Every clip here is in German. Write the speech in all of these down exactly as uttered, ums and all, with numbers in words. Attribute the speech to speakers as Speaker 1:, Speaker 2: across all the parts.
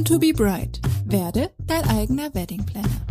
Speaker 1: to be bride. Werde dein eigener Wedding Planner.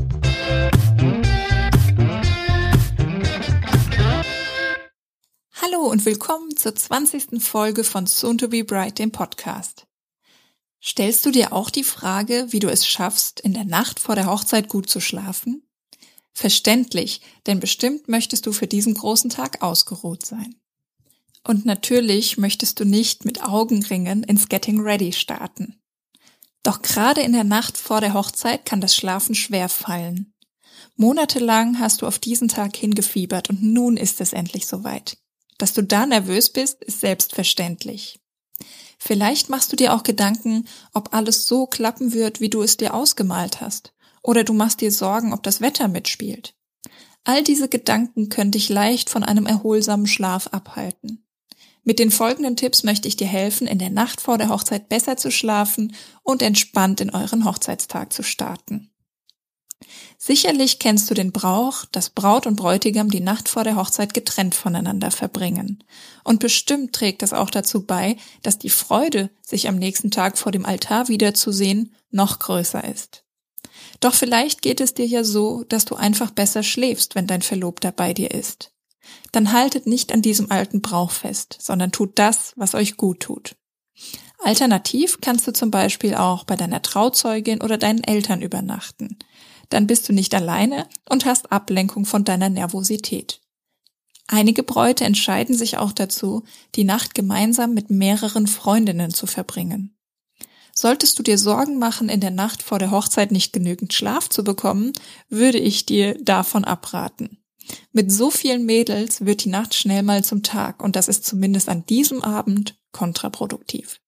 Speaker 1: Hallo und willkommen zur zwanzigsten Folge von Soon to be Bride, dem Podcast. Stellst du dir auch die Frage, wie du es schaffst, in der Nacht vor der Hochzeit gut zu schlafen? Verständlich, denn bestimmt möchtest du für diesen großen Tag ausgeruht sein. Und natürlich möchtest du nicht mit Augenringen ins Getting Ready starten. Doch gerade in der Nacht vor der Hochzeit kann das Schlafen schwer fallen. Monatelang hast du auf diesen Tag hingefiebert und nun ist es endlich soweit. Dass du da nervös bist, ist selbstverständlich. Vielleicht machst du dir auch Gedanken, ob alles so klappen wird, wie du es dir ausgemalt hast. Oder du machst dir Sorgen, ob das Wetter mitspielt. All diese Gedanken können dich leicht von einem erholsamen Schlaf abhalten. Mit den folgenden Tipps möchte ich dir helfen, in der Nacht vor der Hochzeit besser zu schlafen und entspannt in euren Hochzeitstag zu starten. Sicherlich kennst du den Brauch, dass Braut und Bräutigam die Nacht vor der Hochzeit getrennt voneinander verbringen. Und bestimmt trägt das auch dazu bei, dass die Freude, sich am nächsten Tag vor dem Altar wiederzusehen, noch größer ist. Doch vielleicht geht es dir ja so, dass du einfach besser schläfst, wenn dein Verlobter bei dir ist. Dann haltet nicht an diesem alten Brauch fest, sondern tut das, was euch gut tut. Alternativ kannst du zum Beispiel auch bei deiner Trauzeugin oder deinen Eltern übernachten. Dann bist du nicht alleine und hast Ablenkung von deiner Nervosität. Einige Bräute entscheiden sich auch dazu, die Nacht gemeinsam mit mehreren Freundinnen zu verbringen. Solltest du dir Sorgen machen, in der Nacht vor der Hochzeit nicht genügend Schlaf zu bekommen, würde ich dir davon abraten. Mit so vielen Mädels wird die Nacht schnell mal zum Tag und das ist zumindest an diesem Abend kontraproduktiv.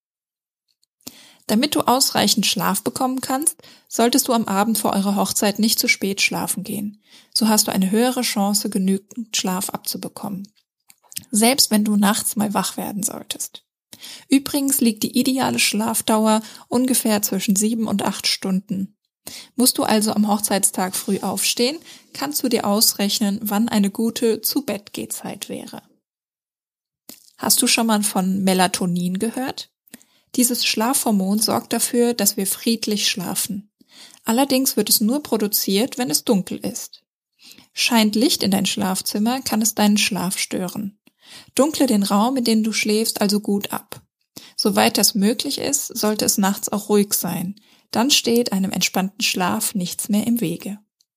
Speaker 1: Damit du ausreichend Schlaf bekommen kannst, solltest du am Abend vor eurer Hochzeit nicht zu spät schlafen gehen. So hast du eine höhere Chance, genügend Schlaf abzubekommen. Selbst wenn du nachts mal wach werden solltest. Übrigens liegt die ideale Schlafdauer ungefähr zwischen sieben und acht Stunden. Musst du also am Hochzeitstag früh aufstehen, kannst du dir ausrechnen, wann eine gute Zu-Bett-Geh-Zeit wäre. Hast du schon mal von Melatonin gehört? Dieses Schlafhormon sorgt dafür, dass wir friedlich schlafen. Allerdings wird es nur produziert, wenn es dunkel ist. Scheint Licht in dein Schlafzimmer, kann es deinen Schlaf stören. Dunkle den Raum, in dem du schläfst, also gut ab. Soweit das möglich ist, sollte es nachts auch ruhig sein. Dann steht einem entspannten Schlaf nichts mehr im Wege.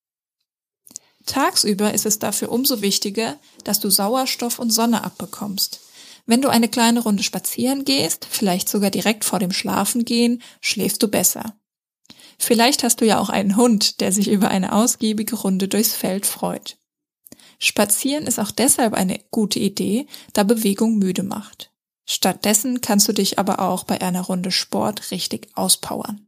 Speaker 1: Tagsüber ist es dafür umso wichtiger, dass du Sauerstoff und Sonne abbekommst. Wenn du eine kleine Runde spazieren gehst, vielleicht sogar direkt vor dem Schlafengehen, schläfst du besser. Vielleicht hast du ja auch einen Hund, der sich über eine ausgiebige Runde durchs Feld freut. Spazieren ist auch deshalb eine gute Idee, da Bewegung müde macht. Stattdessen kannst du dich aber auch bei einer Runde Sport richtig auspowern.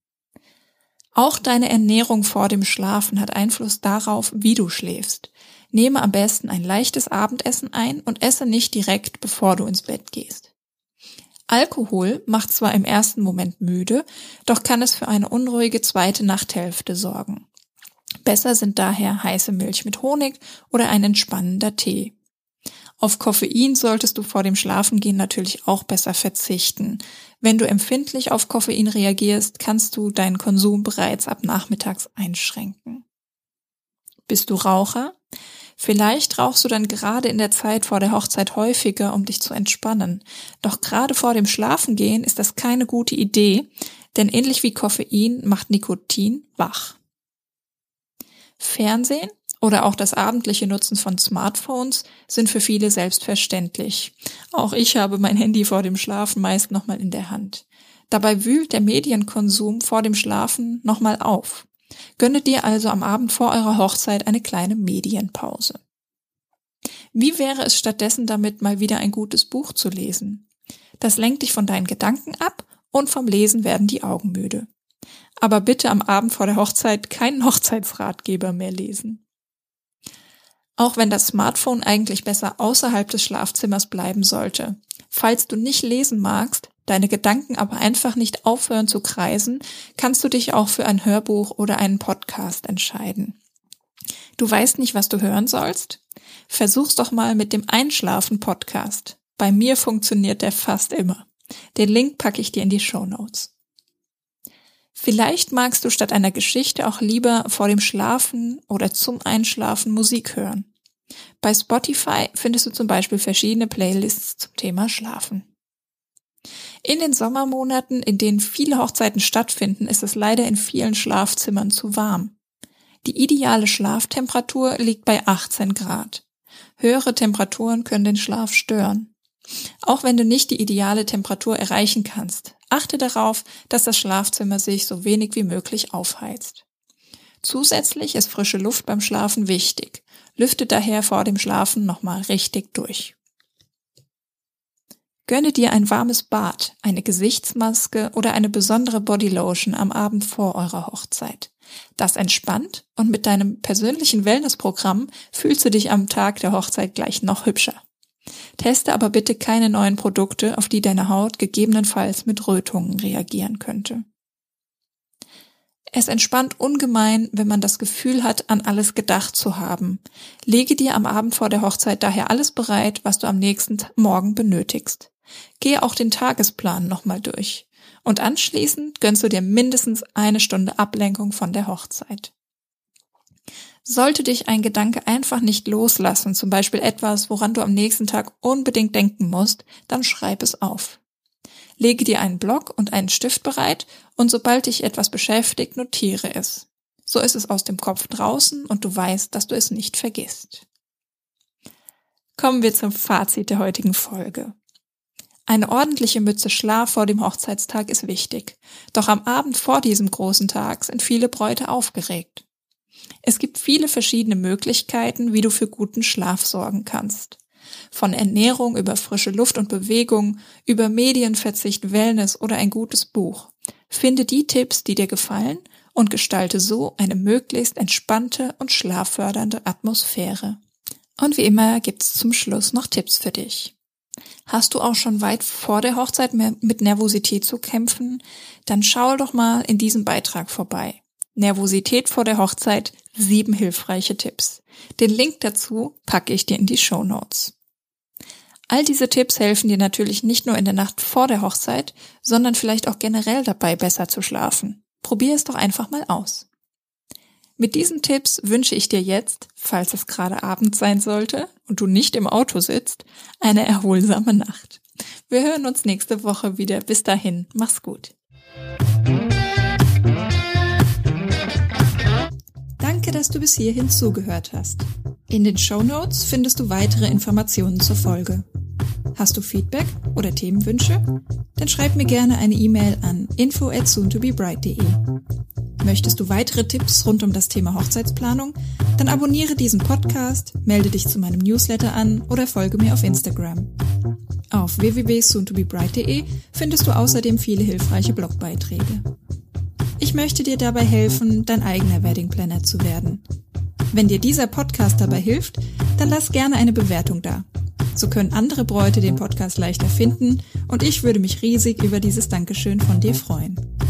Speaker 1: Auch deine Ernährung vor dem Schlafen hat Einfluss darauf, wie du schläfst. Nehme am besten ein leichtes Abendessen ein und esse nicht direkt, bevor du ins Bett gehst. Alkohol macht zwar im ersten Moment müde, doch kann es für eine unruhige zweite Nachthälfte sorgen. Besser sind daher heiße Milch mit Honig oder ein entspannender Tee. Auf Koffein solltest du vor dem Schlafengehen natürlich auch besser verzichten. Wenn du empfindlich auf Koffein reagierst, kannst du deinen Konsum bereits ab nachmittags einschränken. Bist du Raucher? Vielleicht rauchst du dann gerade in der Zeit vor der Hochzeit häufiger, um dich zu entspannen. Doch gerade vor dem Schlafengehen ist das keine gute Idee, denn ähnlich wie Koffein macht Nikotin wach. Fernsehen oder auch das abendliche Nutzen von Smartphones sind für viele selbstverständlich. Auch ich habe mein Handy vor dem Schlafen meist nochmal in der Hand. Dabei wühlt der Medienkonsum vor dem Schlafen nochmal auf. Gönne dir also am Abend vor eurer Hochzeit eine kleine Medienpause. Wie wäre es stattdessen damit, mal wieder ein gutes Buch zu lesen? Das lenkt dich von deinen Gedanken ab und vom Lesen werden die Augen müde. Aber bitte am Abend vor der Hochzeit keinen Hochzeitsratgeber mehr lesen. Auch wenn das Smartphone eigentlich besser außerhalb des Schlafzimmers bleiben sollte. Falls du nicht lesen magst, deine Gedanken aber einfach nicht aufhören zu kreisen, kannst du dich auch für ein Hörbuch oder einen Podcast entscheiden. Du weißt nicht, was du hören sollst? Versuch's doch mal mit dem Einschlafen-Podcast. Bei mir funktioniert der fast immer. Den Link packe ich dir in die Shownotes. Vielleicht magst du statt einer Geschichte auch lieber vor dem Schlafen oder zum Einschlafen Musik hören. Bei Spotify findest du zum Beispiel verschiedene Playlists zum Thema Schlafen. In den Sommermonaten, in denen viele Hochzeiten stattfinden, ist es leider in vielen Schlafzimmern zu warm. Die ideale Schlaftemperatur liegt bei achtzehn Grad. Höhere Temperaturen können den Schlaf stören. Auch wenn du nicht die ideale Temperatur erreichen kannst, achte darauf, dass das Schlafzimmer sich so wenig wie möglich aufheizt. Zusätzlich ist frische Luft beim Schlafen wichtig. Lüfte daher vor dem Schlafen nochmal richtig durch. Gönne dir ein warmes Bad, eine Gesichtsmaske oder eine besondere Bodylotion am Abend vor eurer Hochzeit. Das entspannt und mit deinem persönlichen Wellnessprogramm fühlst du dich am Tag der Hochzeit gleich noch hübscher. Teste aber bitte keine neuen Produkte, auf die deine Haut gegebenenfalls mit Rötungen reagieren könnte. Es entspannt ungemein, wenn man das Gefühl hat, an alles gedacht zu haben. Lege dir am Abend vor der Hochzeit daher alles bereit, was du am nächsten Morgen benötigst. Gehe auch den Tagesplan nochmal durch. Und anschließend gönnst du dir mindestens eine Stunde Ablenkung von der Hochzeit. Sollte dich ein Gedanke einfach nicht loslassen, zum Beispiel etwas, woran du am nächsten Tag unbedingt denken musst, dann schreib es auf. Lege dir einen Block und einen Stift bereit und sobald dich etwas beschäftigt, notiere es. So ist es aus dem Kopf draußen und du weißt, dass du es nicht vergisst. Kommen wir zum Fazit der heutigen Folge. Eine ordentliche Mütze Schlaf vor dem Hochzeitstag ist wichtig, doch am Abend vor diesem großen Tag sind viele Bräute aufgeregt. Es gibt viele verschiedene Möglichkeiten, wie du für guten Schlaf sorgen kannst. Von Ernährung über frische Luft und Bewegung, über Medienverzicht, Wellness oder ein gutes Buch. Finde die Tipps, die dir gefallen und gestalte so eine möglichst entspannte und schlaffördernde Atmosphäre. Und wie immer gibt's zum Schluss noch Tipps für dich. Hast du auch schon weit vor der Hochzeit mit Nervosität zu kämpfen? Dann schau doch mal in diesem Beitrag vorbei. Nervosität vor der Hochzeit, sieben hilfreiche Tipps. Den Link dazu packe ich dir in die Shownotes. All diese Tipps helfen dir natürlich nicht nur in der Nacht vor der Hochzeit, sondern vielleicht auch generell dabei, besser zu schlafen. Probier es doch einfach mal aus. Mit diesen Tipps wünsche ich dir jetzt, falls es gerade Abend sein sollte und du nicht im Auto sitzt, eine erholsame Nacht. Wir hören uns nächste Woche wieder. Bis dahin, mach's gut. Danke, dass du bis hierhin zugehört hast. In den Shownotes findest du weitere Informationen zur Folge. Hast du Feedback oder Themenwünsche? Dann schreib mir gerne eine E-Mail an info at soon to be bright dot de. Möchtest du weitere Tipps rund um das Thema Hochzeitsplanung? Dann abonniere diesen Podcast, melde dich zu meinem Newsletter an oder folge mir auf Instagram. Auf w w w punkt soon to be bright dot de findest du außerdem viele hilfreiche Blogbeiträge. Ich möchte dir dabei helfen, dein eigener Wedding Planner zu werden. Wenn dir dieser Podcast dabei hilft, dann lass gerne eine Bewertung da. So können andere Bräute den Podcast leichter finden und ich würde mich riesig über dieses Dankeschön von dir freuen.